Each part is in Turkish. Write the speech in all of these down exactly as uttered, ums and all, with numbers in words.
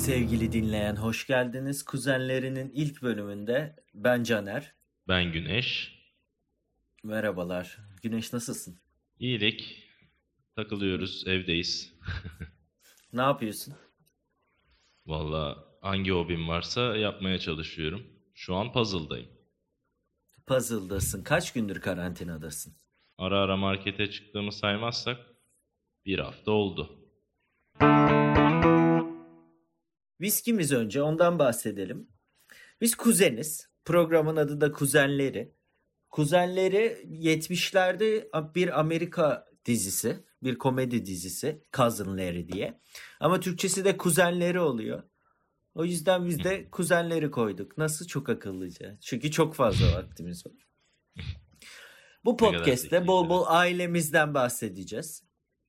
Sevgili dinleyen, hoş geldiniz. Kuzenlerinin ilk bölümünde ben Caner. Ben Güneş. Merhabalar. Güneş, nasılsın? İyilik. Takılıyoruz, evdeyiz. Ne yapıyorsun? Valla hangi hobim varsa yapmaya çalışıyorum. Şu an puzzle'dayım. Puzzle'dasın. Kaç gündür karantinadasın? Ara ara markete çıktığımı saymazsak bir hafta oldu. Biz kimiz önce ondan bahsedelim. Biz kuzeniz. Programın adı da Kuzenleri. Kuzenleri yetmişlerde bir Amerika dizisi, bir komedi dizisi, Cousin Larry diye. Ama Türkçesi de Kuzenleri oluyor. O yüzden biz de Kuzenleri koyduk. Nasıl, çok akıllıca. Çünkü çok fazla vaktimiz var. Bu podcast'te bol bol ailemizden bahsedeceğiz.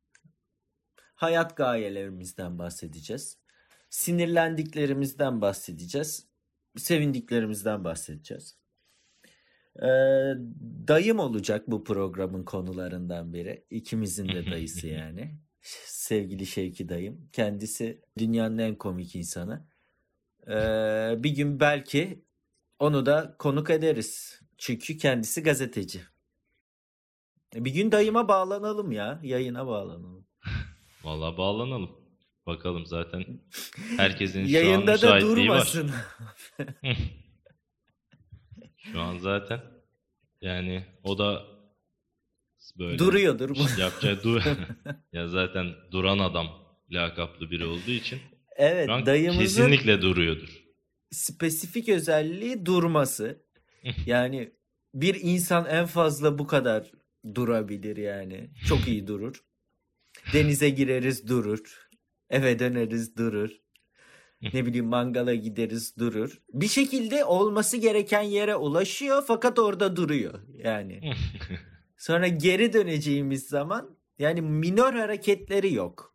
Hayat gayelerimizden bahsedeceğiz. Sinirlendiklerimizden bahsedeceğiz. Sevindiklerimizden bahsedeceğiz. Ee, dayım olacak bu programın konularından biri. İkimizin de dayısı yani. Sevgili Şevki dayım. Kendisi dünyanın en komik insanı. Ee, bir gün belki onu da konuk ederiz. Çünkü kendisi gazeteci. Bir gün dayıma bağlanalım ya. Yayına bağlanalım. Vallahi bağlanalım. Bakalım, zaten herkesin şu yayında an müsaitliği da durmasın. Var. Şu an zaten yani o da böyle duruyordur bu. Yapacağı dur. Ya zaten duran adam lakaplı biri olduğu için. Evet, şu an dayımızın kesinlikle duruyordur. Spesifik özelliği durması. Yani bir insan en fazla bu kadar durabilir yani. Çok iyi durur. Denize gireriz, durur. Eve döneriz, durur. Ne bileyim, mangala gideriz, durur. Bir şekilde olması gereken yere ulaşıyor fakat orada duruyor yani. Sonra geri döneceğimiz zaman yani minor hareketleri yok.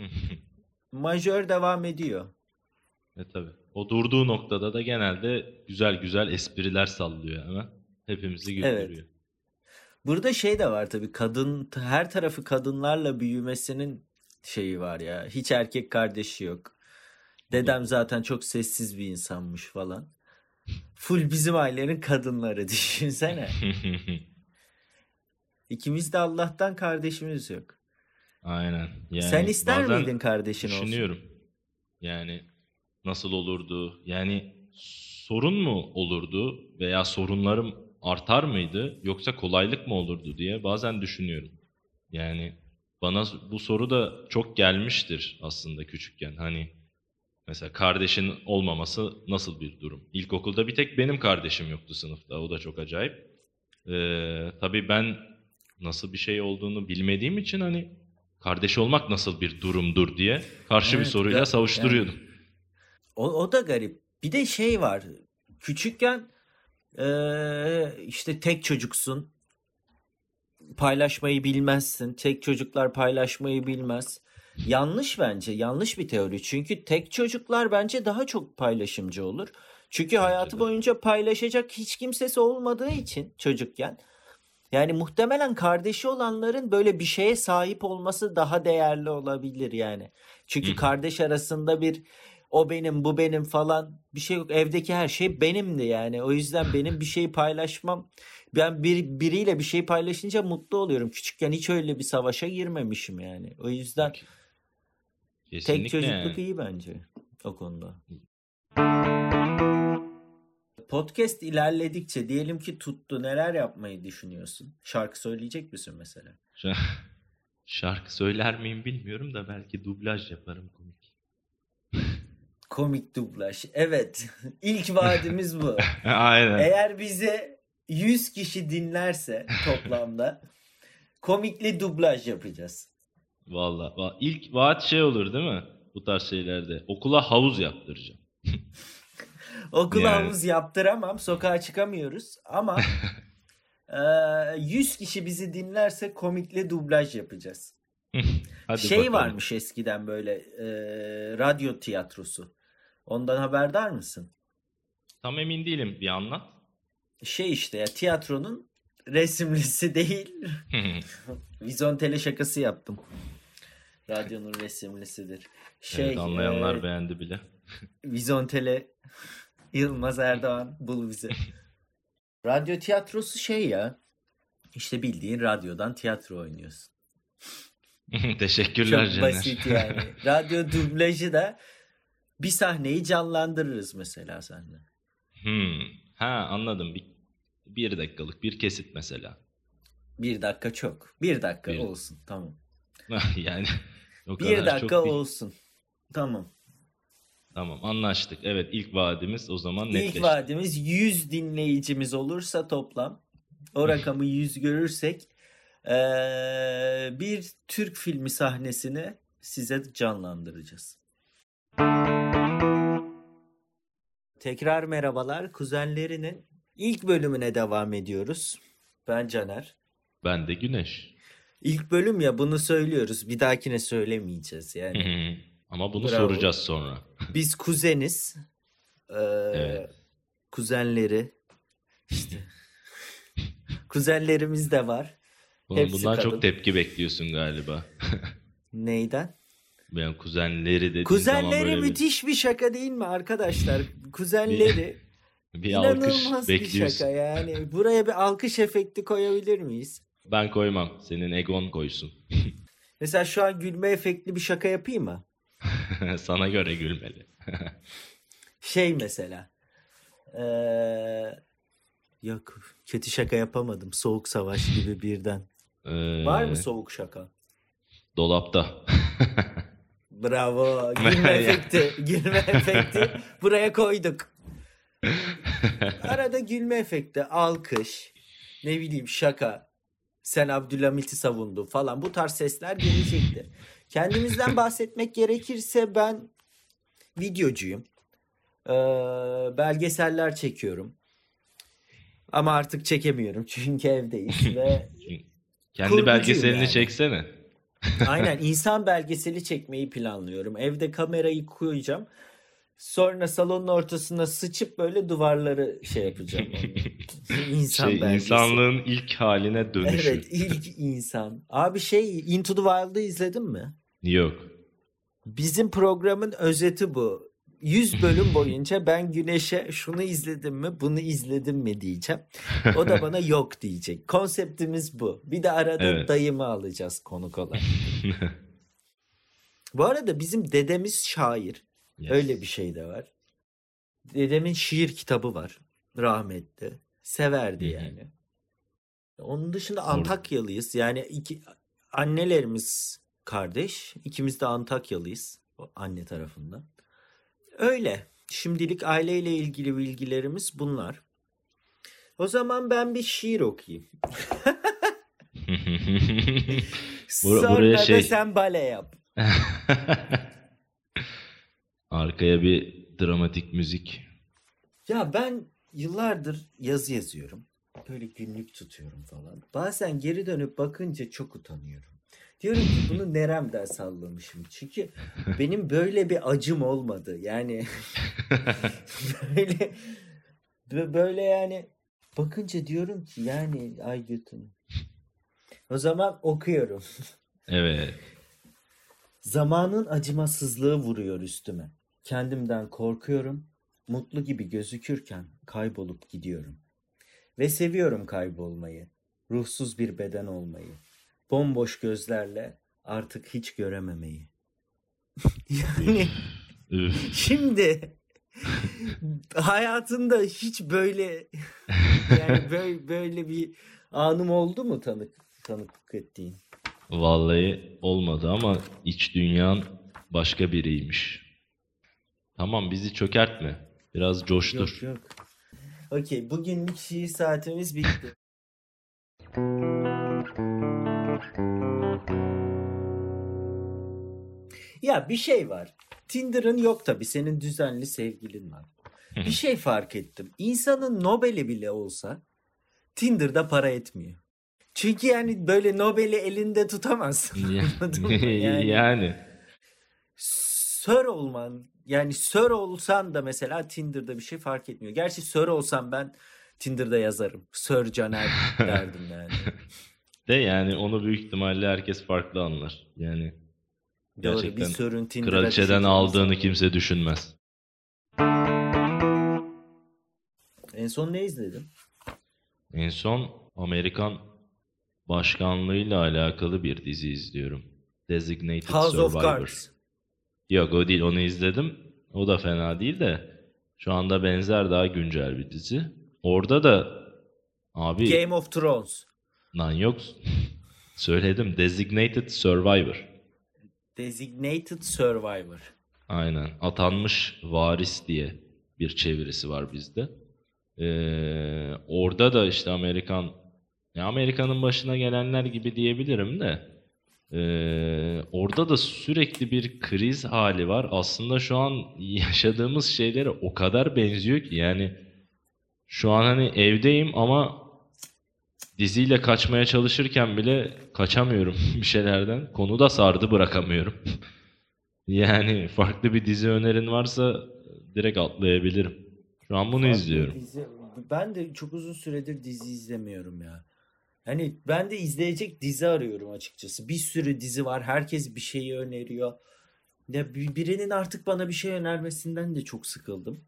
Majör devam ediyor. E tabii. O durduğu noktada da genelde güzel güzel espriler sallıyor ama hepimizi güldürüyor. Evet. Burada şey de var tabii, kadın, her tarafı kadınlarla büyümesinin şeyi var ya. Hiç erkek kardeşi yok. Dedem zaten çok sessiz bir insanmış falan. Full bizim ailenin kadınları, düşünsene. İkimiz de Allah'tan kardeşimiz yok. Aynen. Yani sen ister miydin kardeşin olsun? Düşünüyorum. Yani nasıl olurdu? Yani sorun mu olurdu veya sorunlarım artar mıydı yoksa kolaylık mı olurdu diye bazen düşünüyorum. Yani bana bu soru da çok gelmiştir aslında küçükken. Hani mesela kardeşin olmaması nasıl bir durum? İlkokulda bir tek benim kardeşim yoktu sınıfta. O da çok acayip. Ee, tabii ben nasıl bir şey olduğunu bilmediğim için hani kardeş olmak nasıl bir durumdur diye karşı Evet, bir soruyla ga- savuşturuyordum. yani o, o da garip. Bir de şey var. Küçükken eee, işte tek çocuksun. Paylaşmayı bilmezsin. Tek çocuklar paylaşmayı bilmez. Yanlış bence. Yanlış bir teori. Çünkü tek çocuklar bence daha çok paylaşımcı olur. Çünkü hayatı de. boyunca paylaşacak hiç kimsesi olmadığı için çocukken. Yani muhtemelen kardeşi olanların böyle bir şeye sahip olması daha değerli olabilir yani. Çünkü kardeş arasında bir o benim, bu benim falan bir şey yok. Evdeki her şey benimdi yani. O yüzden benim bir şeyi paylaşmam, ben bir, biriyle bir şey paylaşınca mutlu oluyorum. Küçükken hiç öyle bir savaşa girmemişim yani. O yüzden Kesinlikle tek çocukluk yani. iyi bence o konuda. Podcast ilerledikçe diyelim ki tuttu, neler yapmayı düşünüyorsun? Şarkı söyleyecek misin mesela? Şarkı söyler miyim bilmiyorum da belki dublaj yaparım, komik. Komik dublaj. Evet. İlk vaadimiz bu. Aynen. Eğer bize yüz kişi dinlerse toplamda komikli dublaj yapacağız. Vallahi, vallahi ilk vaat şey olur değil mi? Bu tarz şeylerde. Okula havuz yaptıracağım. Okula Yani. havuz yaptıramam. Sokağa çıkamıyoruz. Ama e, yüz kişi bizi dinlerse komikli dublaj yapacağız. Hadi şey bakalım. varmış eskiden böyle e, radyo tiyatrosu. Ondan haberdar mısın? Tam emin değilim. Bir anlat. Şey işte ya, tiyatronun resimlisi değil. Vizontele şakası yaptım. Radyonun resimlisidir. Şey, Evet, anlayanlar e, beğendi bile. Vizontele Yılmaz Erdoğan bul bizi. Radyo tiyatrosu şey ya. İşte bildiğin radyodan tiyatro oynuyorsun. Teşekkürler Çok Caner. basit yani. Radyo dublajı da bir sahneyi canlandırırız mesela seninle. Hmm. Ha anladım. Bir, bir dakikalık bir kesit mesela. Bir dakika çok. Bir dakika Bir- olsun. Tamam. Yani o Bir kadar dakika çok değil. olsun. Tamam. Tamam anlaştık. Evet ilk vaadimiz o zaman İlk netleşti. vaadimiz yüz dinleyicimiz olursa toplam. O rakamı yüz görürsek eee, bir Türk filmi sahnesini size canlandıracağız. Tekrar merhabalar. Kuzenlerinin ilk bölümüne devam ediyoruz. Ben Caner. Ben de Güneş. İlk bölüm ya, bunu söylüyoruz. Bir dahakine söylemeyeceğiz yani. Ama bunu Bravo. soracağız sonra. Biz kuzeniz. Ee, Evet. Kuzenleri. İşte. Kuzenlerimiz de var. Bunun- Hepsi Bundan kadın. çok tepki bekliyorsun galiba. Neyden? Ben kuzenleri dediğin zaman Kuzenleri böyle bir, müthiş bir şaka değil mi arkadaşlar? Kuzenleri bir alkış inanılmaz bir bekliyorsun. şaka yani. Buraya bir alkış efekti koyabilir miyiz? Ben koymam. Senin egon koysun. Mesela şu an gülme efektli bir şaka yapayım mı? Sana göre gülmeli. Şey mesela. Ee, yok, kötü şaka yapamadım. Soğuk savaş gibi birden. Ee, Var mı soğuk şaka? Dolapta. Bravo. Gülme efekti. Gülme efekti. Buraya koyduk. Arada gülme efekti, alkış, ne bileyim şaka. Sen Abdülhamit'i savundun falan. Bu tarz sesler gelecektir. Kendimizden bahsetmek gerekirse ben videocuyum. Ee, belgeseller çekiyorum. Ama artık çekemiyorum çünkü evdeyiz ve Kendi kurgucuyum belgeselini yani. çeksene. aynen insan belgeseli çekmeyi planlıyorum. Evde kamerayı koyacağım. Sonra salonun ortasına sıçıp böyle duvarları şey yapacağım. İnsan Şey, belgeseli. insanlığın ilk haline dönüşü. Evet, ilk insan. Abi şey, Into the Wild'ı izledin mi? Yok. Bizim programın özeti bu. yüz bölüm boyunca ben Güneş'e şunu izledim mi, bunu izledim mi diyeceğim. O da bana yok diyecek. Konseptimiz bu. Bir de arada Evet. dayımı alacağız konuk olarak. Bu arada bizim dedemiz şair. Yes. Öyle bir şey de var. Dedemin şiir kitabı var. Rahmetli. Severdi Hı hı. yani. Onun dışında Or- Antakyalıyız. Yani iki annelerimiz kardeş. İkimiz de Antakyalıyız. O anne tarafından. Öyle. Şimdilik aileyle ilgili bilgilerimiz bunlar. O zaman ben bir şiir okuyayım. Bur- Sonra buraya da şey- sen bale yap. Arkaya bir dramatik müzik. Ya ben yıllardır yazı yazıyorum. Böyle günlük tutuyorum falan. Bazen geri dönüp bakınca çok utanıyorum. Diyorum ki bunu neremden sallamışım. Çünkü benim böyle bir acım olmadı. Yani böyle bö- böyle yani bakınca diyorum ki yani ay götüm. O zaman okuyorum. Evet. Zamanın acımasızlığı vuruyor üstüme. Kendimden korkuyorum. Mutlu gibi gözükürken kaybolup gidiyorum. Ve seviyorum kaybolmayı. Ruhsuz bir beden olmayı. Bomboş gözlerle artık hiç görememeyi. Yani Üf. şimdi hayatında hiç böyle yani böyle, böyle bir anım oldu mu tanık tanıklık ettiğin? Vallahi olmadı ama iç dünyan başka biriymiş. Tamam bizi çökertme. Biraz coştur. Yok yok. Okey, bugünlük şiir saatimiz bitti. Ya bir şey var. Tinder'ın yok tabii. Senin düzenli sevgilin var. Bir şey fark ettim. İnsanın Nobel'i bile olsa Tinder'da para etmiyor. Çünkü yani böyle Nobel'i elinde tutamazsın. Anladın mı? Yani, Yani. Sör olman, yani sör olsan da mesela Tinder'da bir şey fark etmiyor. Gerçi sör olsam ben Tinder'da yazarım. Sör Caner derdim yani. De yani onu büyük ihtimalle herkes farklı anlar. Yani Doğru, bir gerçekten sörün Tinder'a kraliçeden düşeceğini aldığını sanmıyorum. kimse düşünmez. En son ne izledin? En son Amerikan başkanlığıyla alakalı bir dizi izliyorum. Designated House Survivor. of Cards. Yok o değil, onu izledim. O da fena değil de şu anda benzer daha güncel bir dizi. Orada da abi... Game of Thrones. Lan yok. Söyledim. Designated Survivor. Designated Survivor. Aynen. Atanmış varis diye bir çevirisi var bizde. Ee, orada da işte Amerikan, ya Amerika'nın başına gelenler gibi diyebilirim de ee, orada da sürekli bir kriz hali var. Aslında şu an yaşadığımız şeylere o kadar benziyor ki yani şu an hani evdeyim ama diziyle kaçmaya çalışırken bile kaçamıyorum bir şeylerden. Konu da sardı, bırakamıyorum. Yani farklı bir dizi önerin varsa direkt atlayabilirim. Şu an bunu Farklı izliyorum. dizi- Ben de çok uzun süredir dizi izlemiyorum ya. Hani ben de izleyecek dizi arıyorum açıkçası. Bir sürü dizi var. Herkes bir şeyi öneriyor. Ya bir- birinin artık bana bir şey önermesinden de çok sıkıldım.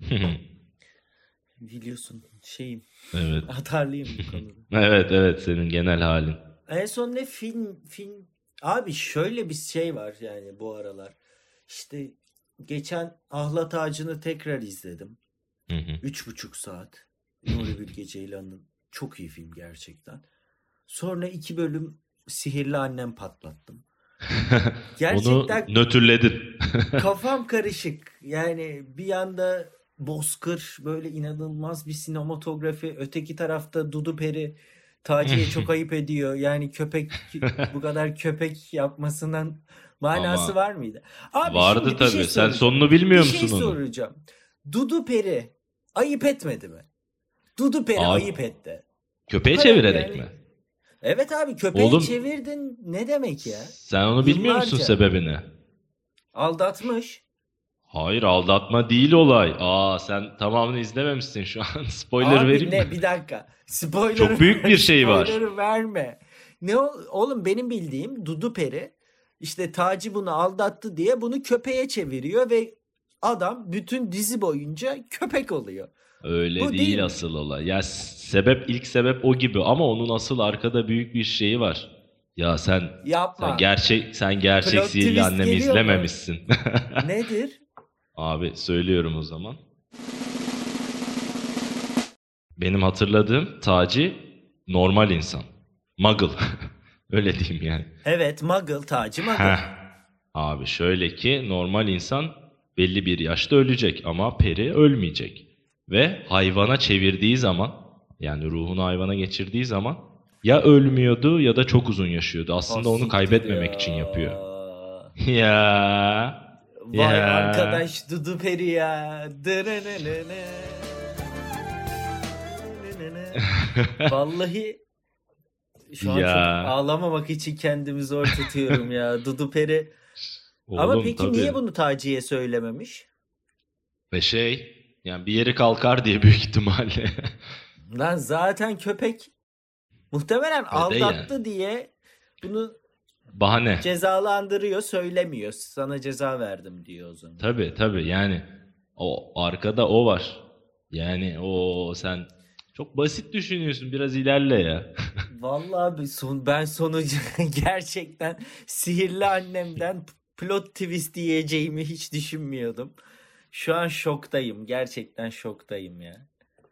Biliyorsun şeyim, Evet. atarlıyım bu konuda. Evet evet, senin genel halin. En son ne film film abi şöyle bir şey var yani bu aralar. İşte geçen Ahlat Ağacı'nı tekrar izledim. Hı hı. Üç buçuk saat. Nuri Bilge Ceylan'ın çok iyi film gerçekten. Sonra iki bölüm Sihirli Annem patlattım. Gerçekten Onu nötrledin. kafam karışık. Yani bir yanda Bozkır böyle inanılmaz bir sinematografi. Öteki tarafta Dudu Peri Taci'ye çok ayıp ediyor. Yani köpek bu kadar köpek yapmasından manası Ama var mıydı? Abi vardı şimdi bir tabii. şey Sen soracağım. sonunu bilmiyor Bir şey musun onu? soracağım. Dudu Peri ayıp etmedi mi? Dudu Peri Abi, ayıp etti. köpeği Bu kadar çevirerek yani. mi? Evet abi köpeği Oğlum, çevirdin ne demek ya? sen onu bilmiyor musun Yıllarca. sebebini? Aldatmış. Hayır, aldatma değil olay. Aa, sen tamamını izlememişsin şu an. Spoiler Abi vereyim ne mi? bir dakika. Spoiler Çok büyük bir şey var. Spoiler'ı verme. Ne o- oğlum benim bildiğim Dudu Peri işte Taci bunu aldattı diye bunu köpeğe çeviriyor ve adam bütün dizi boyunca köpek oluyor. Öyle Bu değil, değil mi? asıl olay. Ya s- sebep, ilk sebep o gibi ama onun asıl arkada büyük bir şeyi var. Ya sen Yapma. sen gerçek sen gerçek Plot Sihirli twist Annem'i geliyor mu? izlememişsin. Nedir? Abi söylüyorum o zaman. Benim hatırladığım Taci normal insan. Muggle. Öyle diyeyim yani. Evet Muggle Taci Muggle. Heh. Abi şöyle ki normal insan belli bir yaşta ölecek ama peri ölmeyecek. Ve hayvana çevirdiği zaman, yani ruhunu hayvana geçirdiği zaman ya ölmüyordu ya da çok uzun yaşıyordu. Aslında Ha, onu siktir kaybetmemek ya. için yapıyor. Ya. Vay Ya. arkadaş Dudu Peri ya. Dırınınını. Vallahi şu an Ya. çok ağlamamak için kendimi zor tutuyorum ya. Dudu Peri. Ama Oğlum, peki tabii. niye bunu Taci'ye söylememiş? Ve şey, yani bir yeri kalkar diye büyük ihtimalle. Lan zaten köpek muhtemelen aldattı diye bunu Bahane. cezalandırıyor, söylemiyor. Sana ceza verdim diyor o zaman. Tabii tabii, yani o arkada o var. Yani o sen çok basit düşünüyorsun, biraz ilerle ya. Vallahi abi son, ben sonucu gerçekten Sihirli Annem'den plot twist diyeceğimi hiç düşünmüyordum. Şu an şoktayım. Gerçekten şoktayım ya.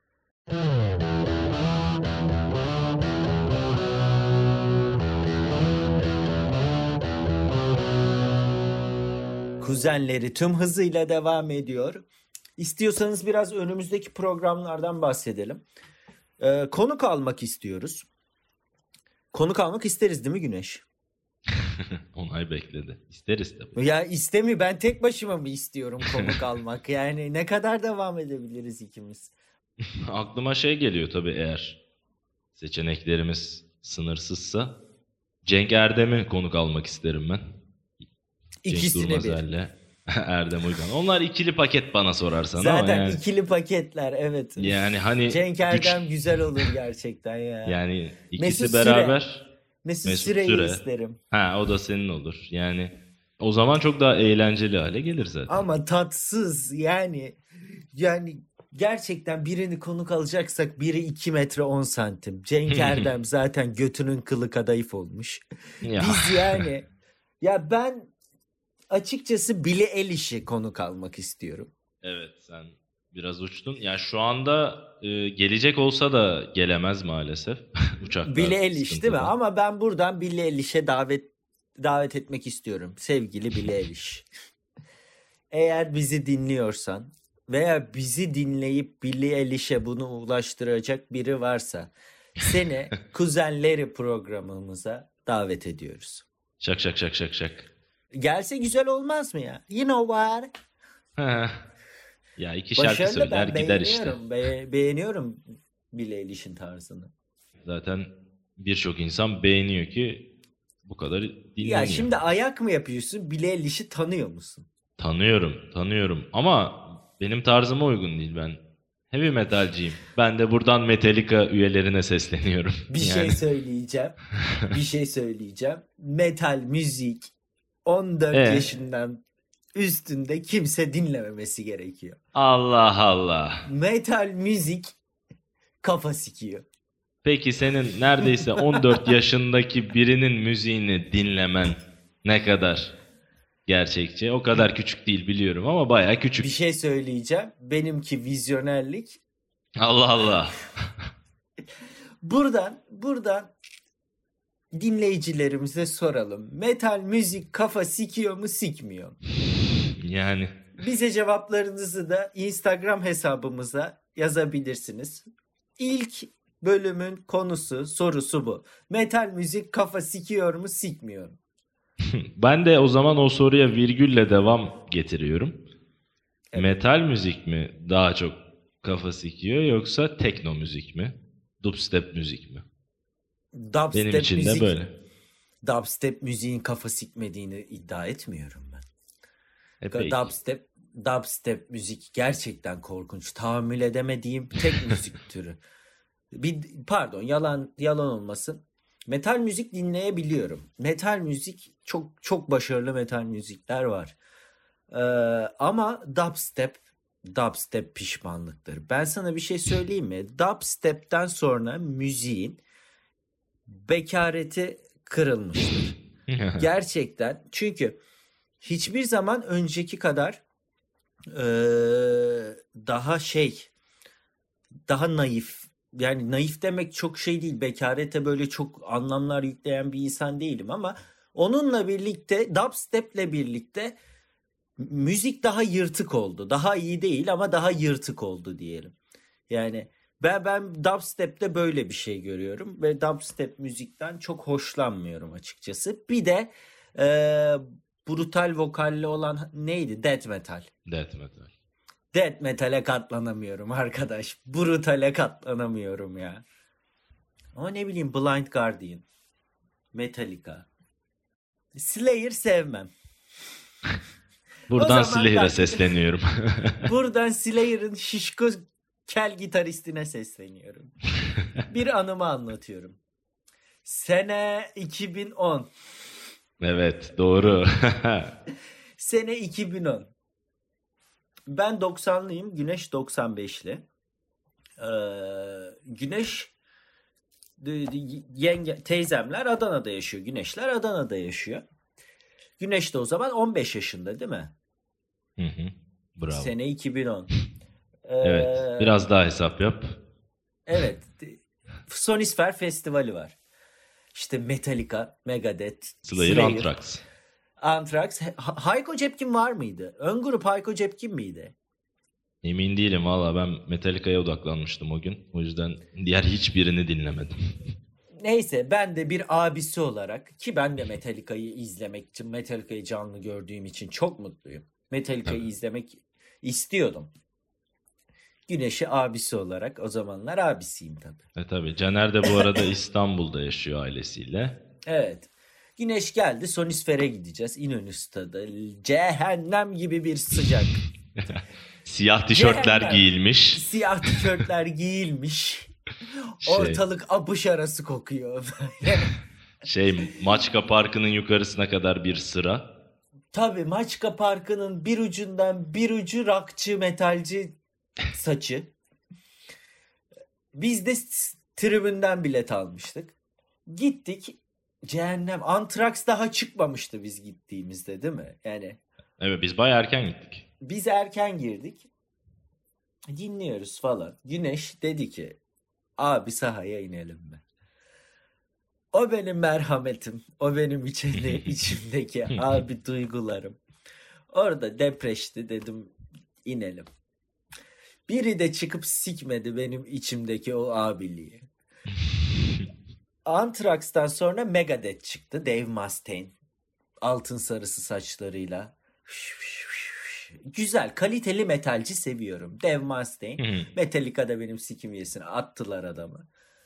Kuzenleri tüm hızıyla devam ediyor. İstiyorsanız biraz önümüzdeki programlardan bahsedelim. Ee, konuk almak istiyoruz. Konuk almak isteriz değil mi Güneş? Onay bekledi. İsteriz tabii. Ya istemi ben tek başıma mı istiyorum konuk almak? Yani ne kadar devam edebiliriz ikimiz? Aklıma şey geliyor tabii, eğer seçeneklerimiz sınırsızsa. Cenk Erdem'i konuk almak isterim ben. İkisini Cenk bir. Durmazel'le Erdem Uygan. Onlar ikili paket bana sorarsan ama Zaten yani. ikili paketler evet. Yani hani Cenk Erdem güç- güzel olur gerçekten ya. Yani ikisi Mesut Süre. beraber. Mesut, Mesut Süre'yi Süre. isterim. Ha, o da senin olur. Yani o zaman çok daha eğlenceli hale gelir zaten. Ama tatsız yani Yani gerçekten birini konuk alacaksak biri iki metre on santim. Cenk Erdem zaten götünün kılı kadayıf olmuş. Ya. Biz yani ya ben açıkçası Billie Eilish'i konuk almak istiyorum. Evet, sen biraz uçtun. Ya şu anda e, gelecek olsa da gelemez maalesef. Uçaklar Billie Eilish değil mi? sıkıntıda. Ama ben buradan Billie Eilish'e davet davet etmek istiyorum. Sevgili Billie Eilish. Eğer bizi dinliyorsan veya bizi dinleyip Billie Eilish'e bunu ulaştıracak biri varsa seni Kuzenleri programımıza davet ediyoruz. Şak şak şak şak şak. Gelse güzel olmaz mı ya? You know what? Ya iki şarkı Başarılı, söyler ben gider işte. beğeniyorum. Be- beğeniyorum Billie Eilish'in tarzını. Zaten birçok insan beğeniyor ki bu kadar dinleniyor. Ya şimdi ayak mı yapıyorsun? Billie Eilish'i tanıyor musun? Tanıyorum, tanıyorum ama benim tarzıma uygun değil ben. Heavy metalciyim. Ben de buradan Metallica üyelerine sesleniyorum. Bir yani. şey söyleyeceğim. Bir şey söyleyeceğim. Metal müzik on dört Ee? yaşından üstünde kimse dinlememesi gerekiyor. Allah Allah. Metal müzik kafa sikiyor. Peki senin neredeyse on dört yaşındaki birinin müziğini dinlemen ne kadar gerçekçi? O kadar küçük değil biliyorum ama bayağı küçük. Bir şey söyleyeceğim. Benimki vizyonerlik. Allah Allah. Buradan buradan dinleyicilerimize soralım. Metal müzik kafa sikiyor mu sikmiyor mu? Yani. Bize cevaplarınızı da Instagram hesabımıza yazabilirsiniz. İlk bölümün konusu, sorusu bu. Metal müzik kafa sikiyor mu sikmiyor mu? Ben de o zaman o soruya virgülle devam getiriyorum. Evet. Metal müzik mi daha çok kafa sikiyor yoksa tekno müzik mi? Dubstep müzik mi? Dubstep Benim için müzik, de böyle. Dubstep müziğin kafa sikmediğini iddia etmiyorum ben. E peki. Dubstep, dubstep müzik gerçekten korkunç. Tahammül edemediğim tek müzik türü. Bir, pardon yalan yalan olmasın. Metal müzik dinleyebiliyorum. Metal müzik çok çok başarılı metal müzikler var. Ee, ama dubstep dubstep pişmanlıktır. Ben sana bir şey söyleyeyim mi? Dubstep'ten sonra müziğin bekareti kırılmıştır. Gerçekten. Çünkü hiçbir zaman önceki kadar e, daha şey daha naif, yani naif demek çok şey değil. Bekarete böyle çok anlamlar yükleyen bir insan değilim ama onunla birlikte, dubstep'le birlikte müzik daha yırtık oldu. Daha iyi değil ama daha yırtık oldu diyelim. Yani ben ben dubstep'te böyle bir şey görüyorum ve dubstep müzikten çok hoşlanmıyorum açıkçası. Bir de e, brutal vokalli olan neydi? Death metal. Death metal. Death metal'e katlanamıyorum arkadaş. Brutal'e katlanamıyorum ya. Ama ne bileyim Blind Guardian, Metallica, Slayer sevmem. Buradan zaman Slayer'e ben- sesleniyorum. Buradan Slayer'ın şişko kel gitaristine sesleniyorum. Bir anımı anlatıyorum. Sene iki bin on. Evet, doğru. Sene iki bin on. Ben doksanlıyım. Güneş doksan beşli. Ee, Güneş de- de- yenge, teyzemler Adana'da yaşıyor. Güneşler Adana'da yaşıyor. Güneş de o zaman on beş yaşında değil mi? Hı hı. Bravo. Sene iki bin on. Ee, Evet, biraz daha hesap yap. Evet. Sonisfer Festivali var. İşte Metallica, Megadeth, Slayer, Slayer, Anthrax. Anthrax. Ha- Hayko Cepkin var mıydı? Ön grup Hayko Cepkin miydi? Emin değilim valla, ben Metallica'ya odaklanmıştım o gün. O yüzden diğer hiçbirini dinlemedim. Neyse, ben de bir abisi olarak, ki ben de Metallica'yı izlemek için, Metallica'yı canlı gördüğüm için çok mutluyum. Metallica'yı Evet. izlemek istiyordum. Güneş'i abisi olarak o zamanlar abisiyim tabii. E tabii, Caner de bu arada İstanbul'da yaşıyor ailesiyle. Evet. Güneş geldi, Sonisfer'e gideceğiz. İnönü Stadı. Cehennem gibi bir sıcak. Siyah tişörtler Cehennem. giyilmiş. Siyah tişörtler giyilmiş. Şey, Ortalık apış arası kokuyor. şey Maçka Parkı'nın yukarısına kadar bir sıra. Tabii Maçka Parkı'nın bir ucundan bir ucu rockçı, metalci saçı. Biz de s- tribünden bilet almıştık. Gittik. Cehennem. Antraks daha çıkmamıştı biz gittiğimizde, değil mi? Yani Evet, biz bayağı erken gittik. biz erken girdik. Dinliyoruz falan. Güneş dedi ki abi sahaya inelim mi? O benim merhametim. O benim içinde, içimdeki abi duygularım. Orada depreşti, dedim inelim. Biri de çıkıp sikmedi benim içimdeki o abiliği. Anthrax'tan sonra Megadeth çıktı. Dave Mustaine. Altın sarısı saçlarıyla. Güzel, kaliteli metalci seviyorum. Dave Mustaine. Metallica'da benim sikim yesine attılar adamı.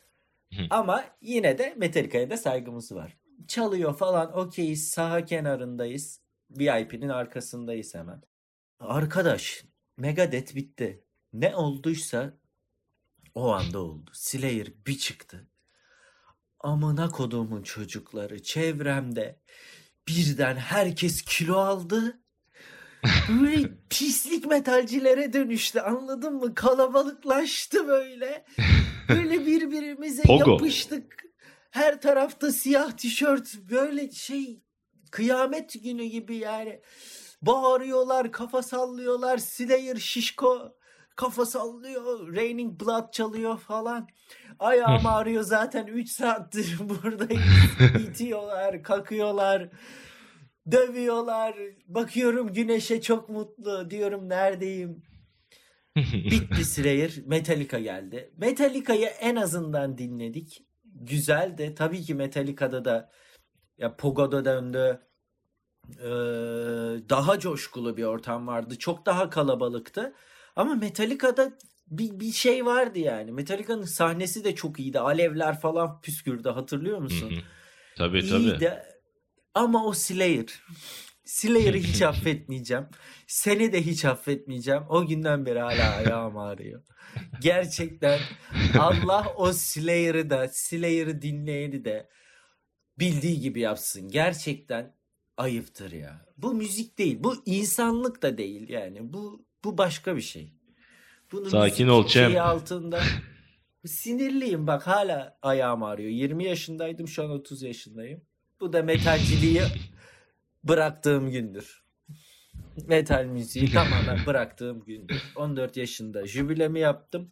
Ama yine de Metallica'ya da saygımız var. Çalıyor falan, okeyiz, saha kenarındayız. V I P'nin arkasındayız hemen. Arkadaş, Megadeth bitti. Ne olduysa o anda oldu. Slayer bir çıktı. Amına koduğumun çocukları çevremde birden herkes kilo aldı. Böyle pislik metalcilere dönüştü, anladın mı? Kalabalıklaştı böyle. Böyle birbirimize Pogo. yapıştık. Her tarafta siyah tişört, böyle şey, kıyamet günü gibi yani. Bağırıyorlar, kafa sallıyorlar. Slayer şişko kafa sallıyor. Raining Blood çalıyor falan. Ayağım ağrıyor zaten, üç saattir buradayız. İtiyorlar, kakıyorlar. Dövüyorlar. Bakıyorum Güneş'e çok mutlu. Diyorum neredeyim? Bitti Slayer. Metallica geldi. Metallica'yı en azından dinledik. Güzel de tabii ki Metallica'da da ya Pogo'da döndü. Ee, daha coşkulu bir ortam vardı. Çok daha kalabalıktı. Ama Metallica'da bir, bir şey vardı yani. Metallica'nın sahnesi de çok iyiydi. Alevler falan püskürdü, hatırlıyor musun? Tabii İyiydi. tabii. Ama o Slayer. Slayer'ı hiç affetmeyeceğim. Seni de hiç affetmeyeceğim. O günden beri hala ayağım ağrıyor. Gerçekten Allah o Slayer'ı da, Slayer'ı dinleyeni de bildiği gibi yapsın. Gerçekten ayıptır ya. Bu müzik değil. Bu insanlık da değil yani. Bu bu başka bir şey. Bunu Sakin müzik ol Cem. şeyi altında. Sinirliyim bak, hala ayağım ağrıyor. yirmi yaşındaydım, şu an otuz yaşındayım. Bu da metalciliği bıraktığım gündür. Metal müziği tamamen bıraktığım gündür. on dört yaşında jübilemi yaptım.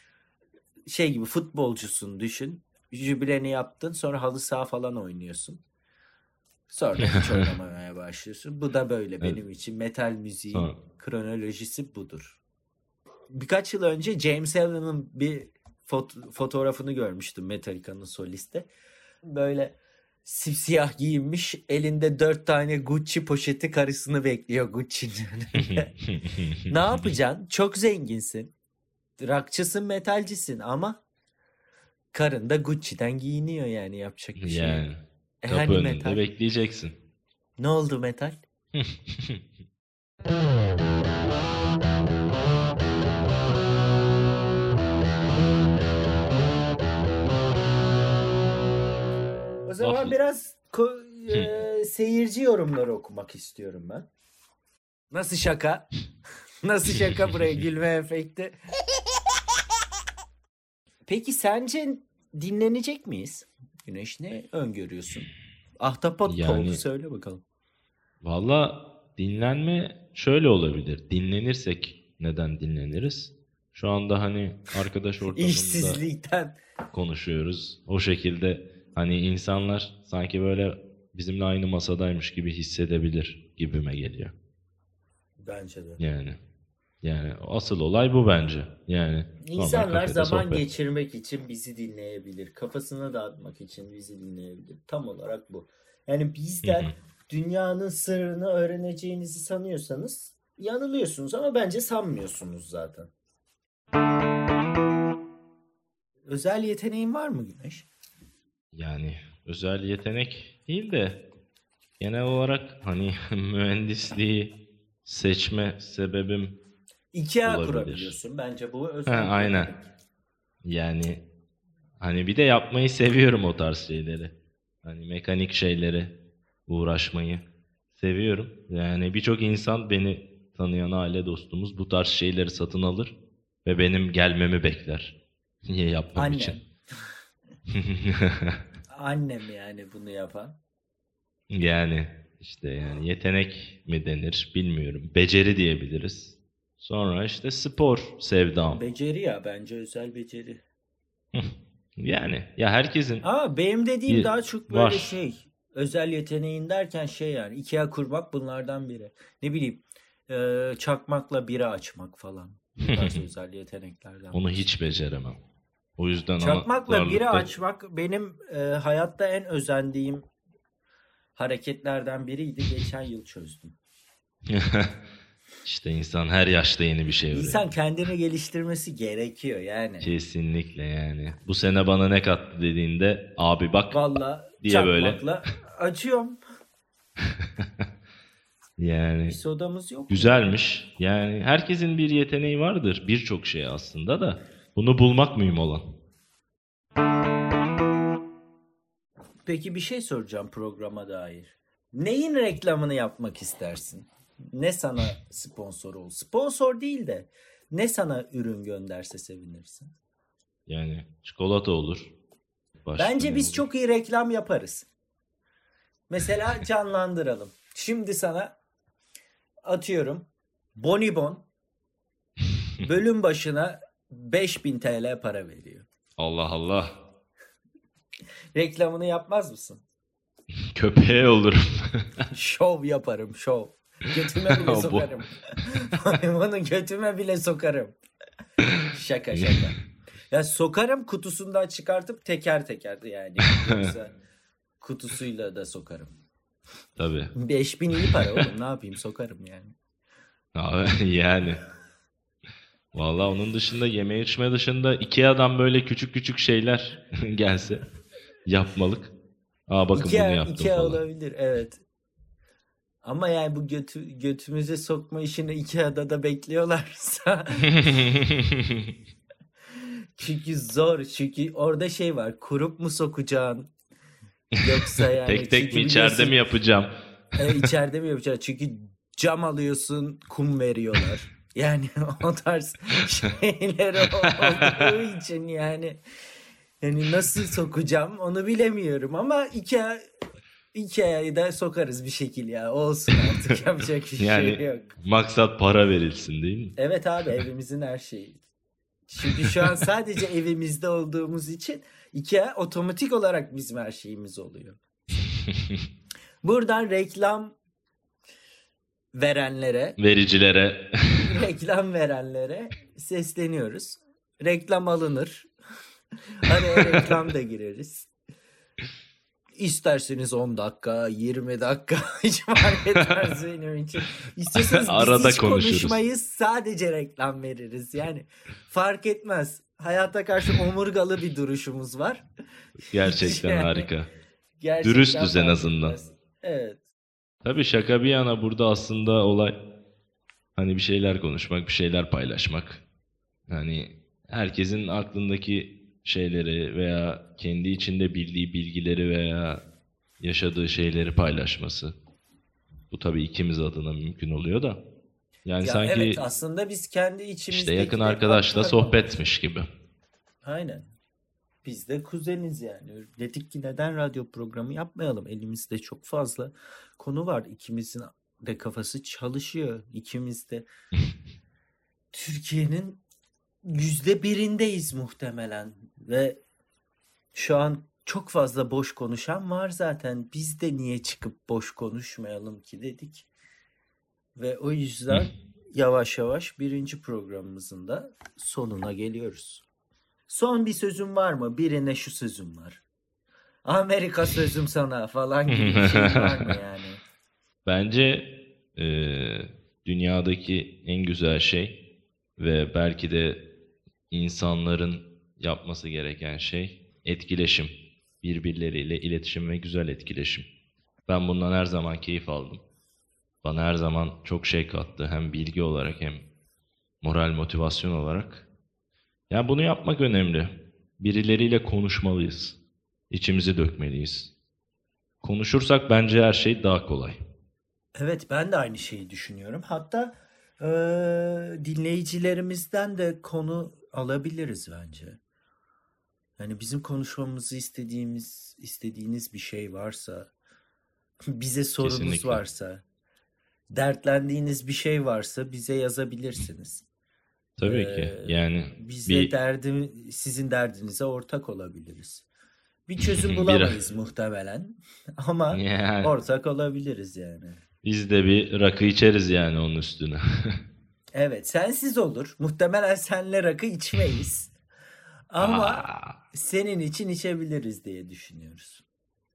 Şey gibi, futbolcusun düşün. Jübileni yaptın, sonra halı saha falan oynuyorsun. Sonra hiç oynamamaya başlıyorsun. Bu da böyle benim için. Metal müziğin Sonra. kronolojisi budur. Birkaç yıl önce James Allen'ın bir fot- fotoğrafını görmüştüm, Metallica'nın solisti. Böyle sipsiyah giyinmiş, elinde dört tane Gucci poşeti, karısını bekliyor Gucci'nin önünde. Ne yapacaksın? Çok zenginsin. Rockçısın, metalcisin ama karın da Gucci'den giyiniyor yani, yapacak bir şey yok. Yani E kapı hani önünde metal? bekleyeceksin. Ne oldu metal? O zaman Waffle. biraz ko- e, seyirci yorumları okumak istiyorum ben. Nasıl şaka? Nasıl şaka, buraya gülme efekti? Peki sence dinlenecek miyiz? Güneş, ne öngörüyorsun? Ahtapot Yani- oldu, söyle bakalım. Valla dinlenme şöyle olabilir. Dinlenirsek neden dinleniriz? Şu anda hani arkadaş ortamında İşsizlikten. konuşuyoruz. O şekilde hani insanlar sanki böyle bizimle aynı masadaymış gibi hissedebilir gibime geliyor. Bence de. Yani yani asıl olay bu bence. Yani normal İnsanlar kafede zaman sohbet. geçirmek için bizi dinleyebilir. Kafasını dağıtmak için bizi dinleyebilir. Tam olarak bu. Yani bizden Hı hı. dünyanın sırrını öğreneceğinizi sanıyorsanız yanılıyorsunuz, ama bence sanmıyorsunuz zaten. Özel yeteneğin var mı Güneş? Yani özel yetenek değil de genel olarak hani mühendisliği seçme sebebim IKEA Olabilir. kurabiliyorsun. Bence bu özel Ha, yetenek. aynen. Yani hani bir de yapmayı seviyorum o tarz şeyleri. Hani mekanik şeylere uğraşmayı seviyorum. Yani birçok insan, beni tanıyan aile dostumuz, bu tarz şeyleri satın alır. ve benim gelmemi bekler. Niye yapmam Annem. için? Annem yani bunu yapan. Yani işte yani yetenek mi denir bilmiyorum. Beceri diyebiliriz. Sonra işte spor sevdam. Beceri ya, bence özel beceri. Yani ya herkesin Ama benim dediğim bir daha çok böyle var. şey, özel yeteneğin derken şey, yani IKEA kurmak bunlardan biri. Ne bileyim, e, çakmakla bira açmak falan. Bu tarz özel yeteneklerden Onu birisi. hiç beceremem. O yüzden Çakmakla bira anahtarlıkta açmak benim e, hayatta en özendiğim hareketlerden biriydi. Geçen yıl çözdüm. işte insan her yaşta yeni bir şey öğreniyor. İnsan kendini geliştirmesi gerekiyor yani. Kesinlikle yani. Bu sene bana ne kattı dediğinde abi bak Vallahi diye böyle. çakmakla açıyorum. Bir Yani sodamız yok mu? güzelmiş. Yani herkesin bir yeteneği vardır. Birçok şey aslında da. Bunu bulmak mühim olan. Peki bir şey soracağım programa dair. Neyin reklamını yapmak istersin? Ne sana sponsor ol? Sponsor değil de ne sana ürün gönderse sevinirsin? Yani çikolata olur. Başka Bence ne biz olur? çok iyi reklam yaparız. Mesela canlandıralım. Şimdi sana atıyorum Bonibon bölüm başına beş bin T L para veriyor. Allah Allah. Reklamını yapmaz mısın? Köpeğe olurum. Şov yaparım, şov. Götüme bile Bu- sokarım. Bonibon'u götüme bile sokarım. Şaka şaka. Ya sokarım, kutusundan çıkartıp teker teker yani. Yoksa kutusuyla da sokarım. Tabii. beş bin iyi para oğlum, ne yapayım, sokarım yani. Abi, yani. Vallahi onun dışında yeme içme dışında Ikea'dan böyle küçük küçük şeyler gelse yapmalık. Aa bakın Ikea, bunu yaptım Ikea falan. olabilir, evet. Ama yani bu götü, götümüze sokma işini Ikea'da da bekliyorlarsa çünkü zor, çünkü orada şey var, kurup mu sokacaksın yoksa yani tek tek çünkü mi içeride biliyorsun, mi yapacağım? e, içeride mi yapacaksın, çünkü cam alıyorsun, kum veriyorlar yani o tarz şeyler olduğu için yani yani nasıl sokacağım onu bilemiyorum ama Ikea Ikea'yı da sokarız bir şekil ya. Olsun artık, yapacak bir Yani şey yok. maksat para verilsin değil mi? Evet abi, evimizin her şeyi. Çünkü şu an sadece evimizde olduğumuz için Ikea otomatik olarak bizim her şeyimiz oluyor. Buradan reklam verenlere, Vericilere. reklam verenlere sesleniyoruz. Reklam alınır. Araya reklam da gireriz. İsterseniz on dakika, yirmi dakika hiç fark etmez benim için. İstiyorsanız Arada biz hiç konuşuruz. konuşmayız, sadece reklam veririz. Yani fark etmez. Hayata karşı omurgalı bir duruşumuz var. Gerçekten Yani harika. gerçekten Dürüstüz en fark azından. etmez. Evet. Tabii şaka bir yana burada aslında olay hani bir şeyler konuşmak, bir şeyler paylaşmak. Hani herkesin aklındaki şeyleri veya kendi içinde bildiği bilgileri veya yaşadığı şeyleri paylaşması. Bu tabii ikimiz adına mümkün oluyor da. Yani Ya sanki evet, aslında biz kendi işte içimizdekileri yakın arkadaşla aktarmamız. sohbetmiş gibi. Aynen. Biz de kuzeniz yani. Dedik ki neden radyo programı yapmayalım? Elimizde çok fazla konu var. İkimizin de kafası çalışıyor. İkimiz de Türkiye'nin yüzde birindeyiz muhtemelen. Ve şu an çok fazla boş konuşan var zaten. Biz de niye çıkıp boş konuşmayalım ki dedik. Ve o yüzden yavaş yavaş birinci programımızın da sonuna geliyoruz. Son bir sözüm var mı? Birine şu sözüm var. Amerika sözüm sana falan gibi bir şey var mı yani? Bence e, dünyadaki en güzel şey ve belki de insanların yapması gereken şey etkileşim. Birbirleriyle iletişim ve güzel etkileşim. Ben bundan her zaman keyif aldım. Bana her zaman çok şey kattı. Hem bilgi olarak hem moral motivasyon olarak. Yani bunu yapmak önemli. Birileriyle konuşmalıyız. İçimizi dökmeliyiz. Konuşursak bence her şey daha kolay. Evet, ben de aynı şeyi düşünüyorum. Hatta Ee, dinleyicilerimizden de konu alabiliriz bence. Yani bizim konuşmamızı istediğimiz, istediğiniz bir şey varsa, bize sorunuz Kesinlikle. varsa, dertlendiğiniz bir şey varsa bize yazabilirsiniz. Tabii Ee, ki. Yani biz bir de derdim, sizin derdinize ortak olabiliriz. Bir çözüm bir bulamayız muhtemelen ama yani ortak olabiliriz yani. biz de bir rakı içeriz yani onun üstüne. Evet, sensiz olur. Muhtemelen senle rakı içmeyiz. Ama Aa, senin için içebiliriz diye düşünüyoruz.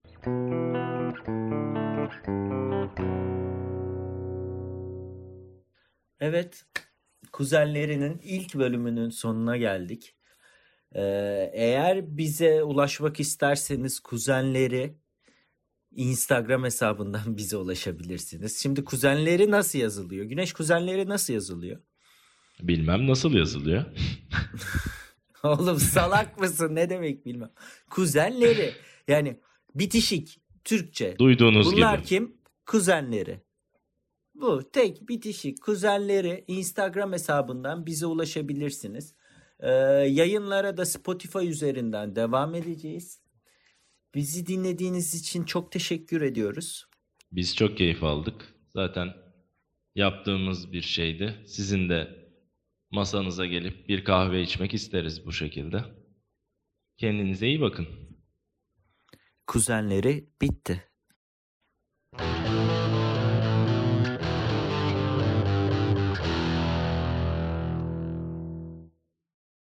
Evet, Kuzenlerinin ilk bölümünün sonuna geldik. Ee, eğer bize ulaşmak isterseniz kuzenleri Instagram hesabından bize ulaşabilirsiniz. Şimdi kuzenleri nasıl yazılıyor? Güneş kuzenleri nasıl yazılıyor? bilmem nasıl yazılıyor. Oğlum salak mısın? Ne demek bilmem. Kuzenleri. Yani bitişik Türkçe. Duyduğunuz Bunlar gibi. kim? Kuzenleri. Bu tek bitişik kuzenleri Instagram hesabından bize ulaşabilirsiniz. Ee, yayınlara da Spotify üzerinden devam edeceğiz. Bizi dinlediğiniz için çok teşekkür ediyoruz. Biz çok keyif aldık. Zaten yaptığımız bir şeydi. Sizin de masanıza gelip bir kahve içmek isteriz bu şekilde. Kendinize iyi bakın. Kuzenleri bitti.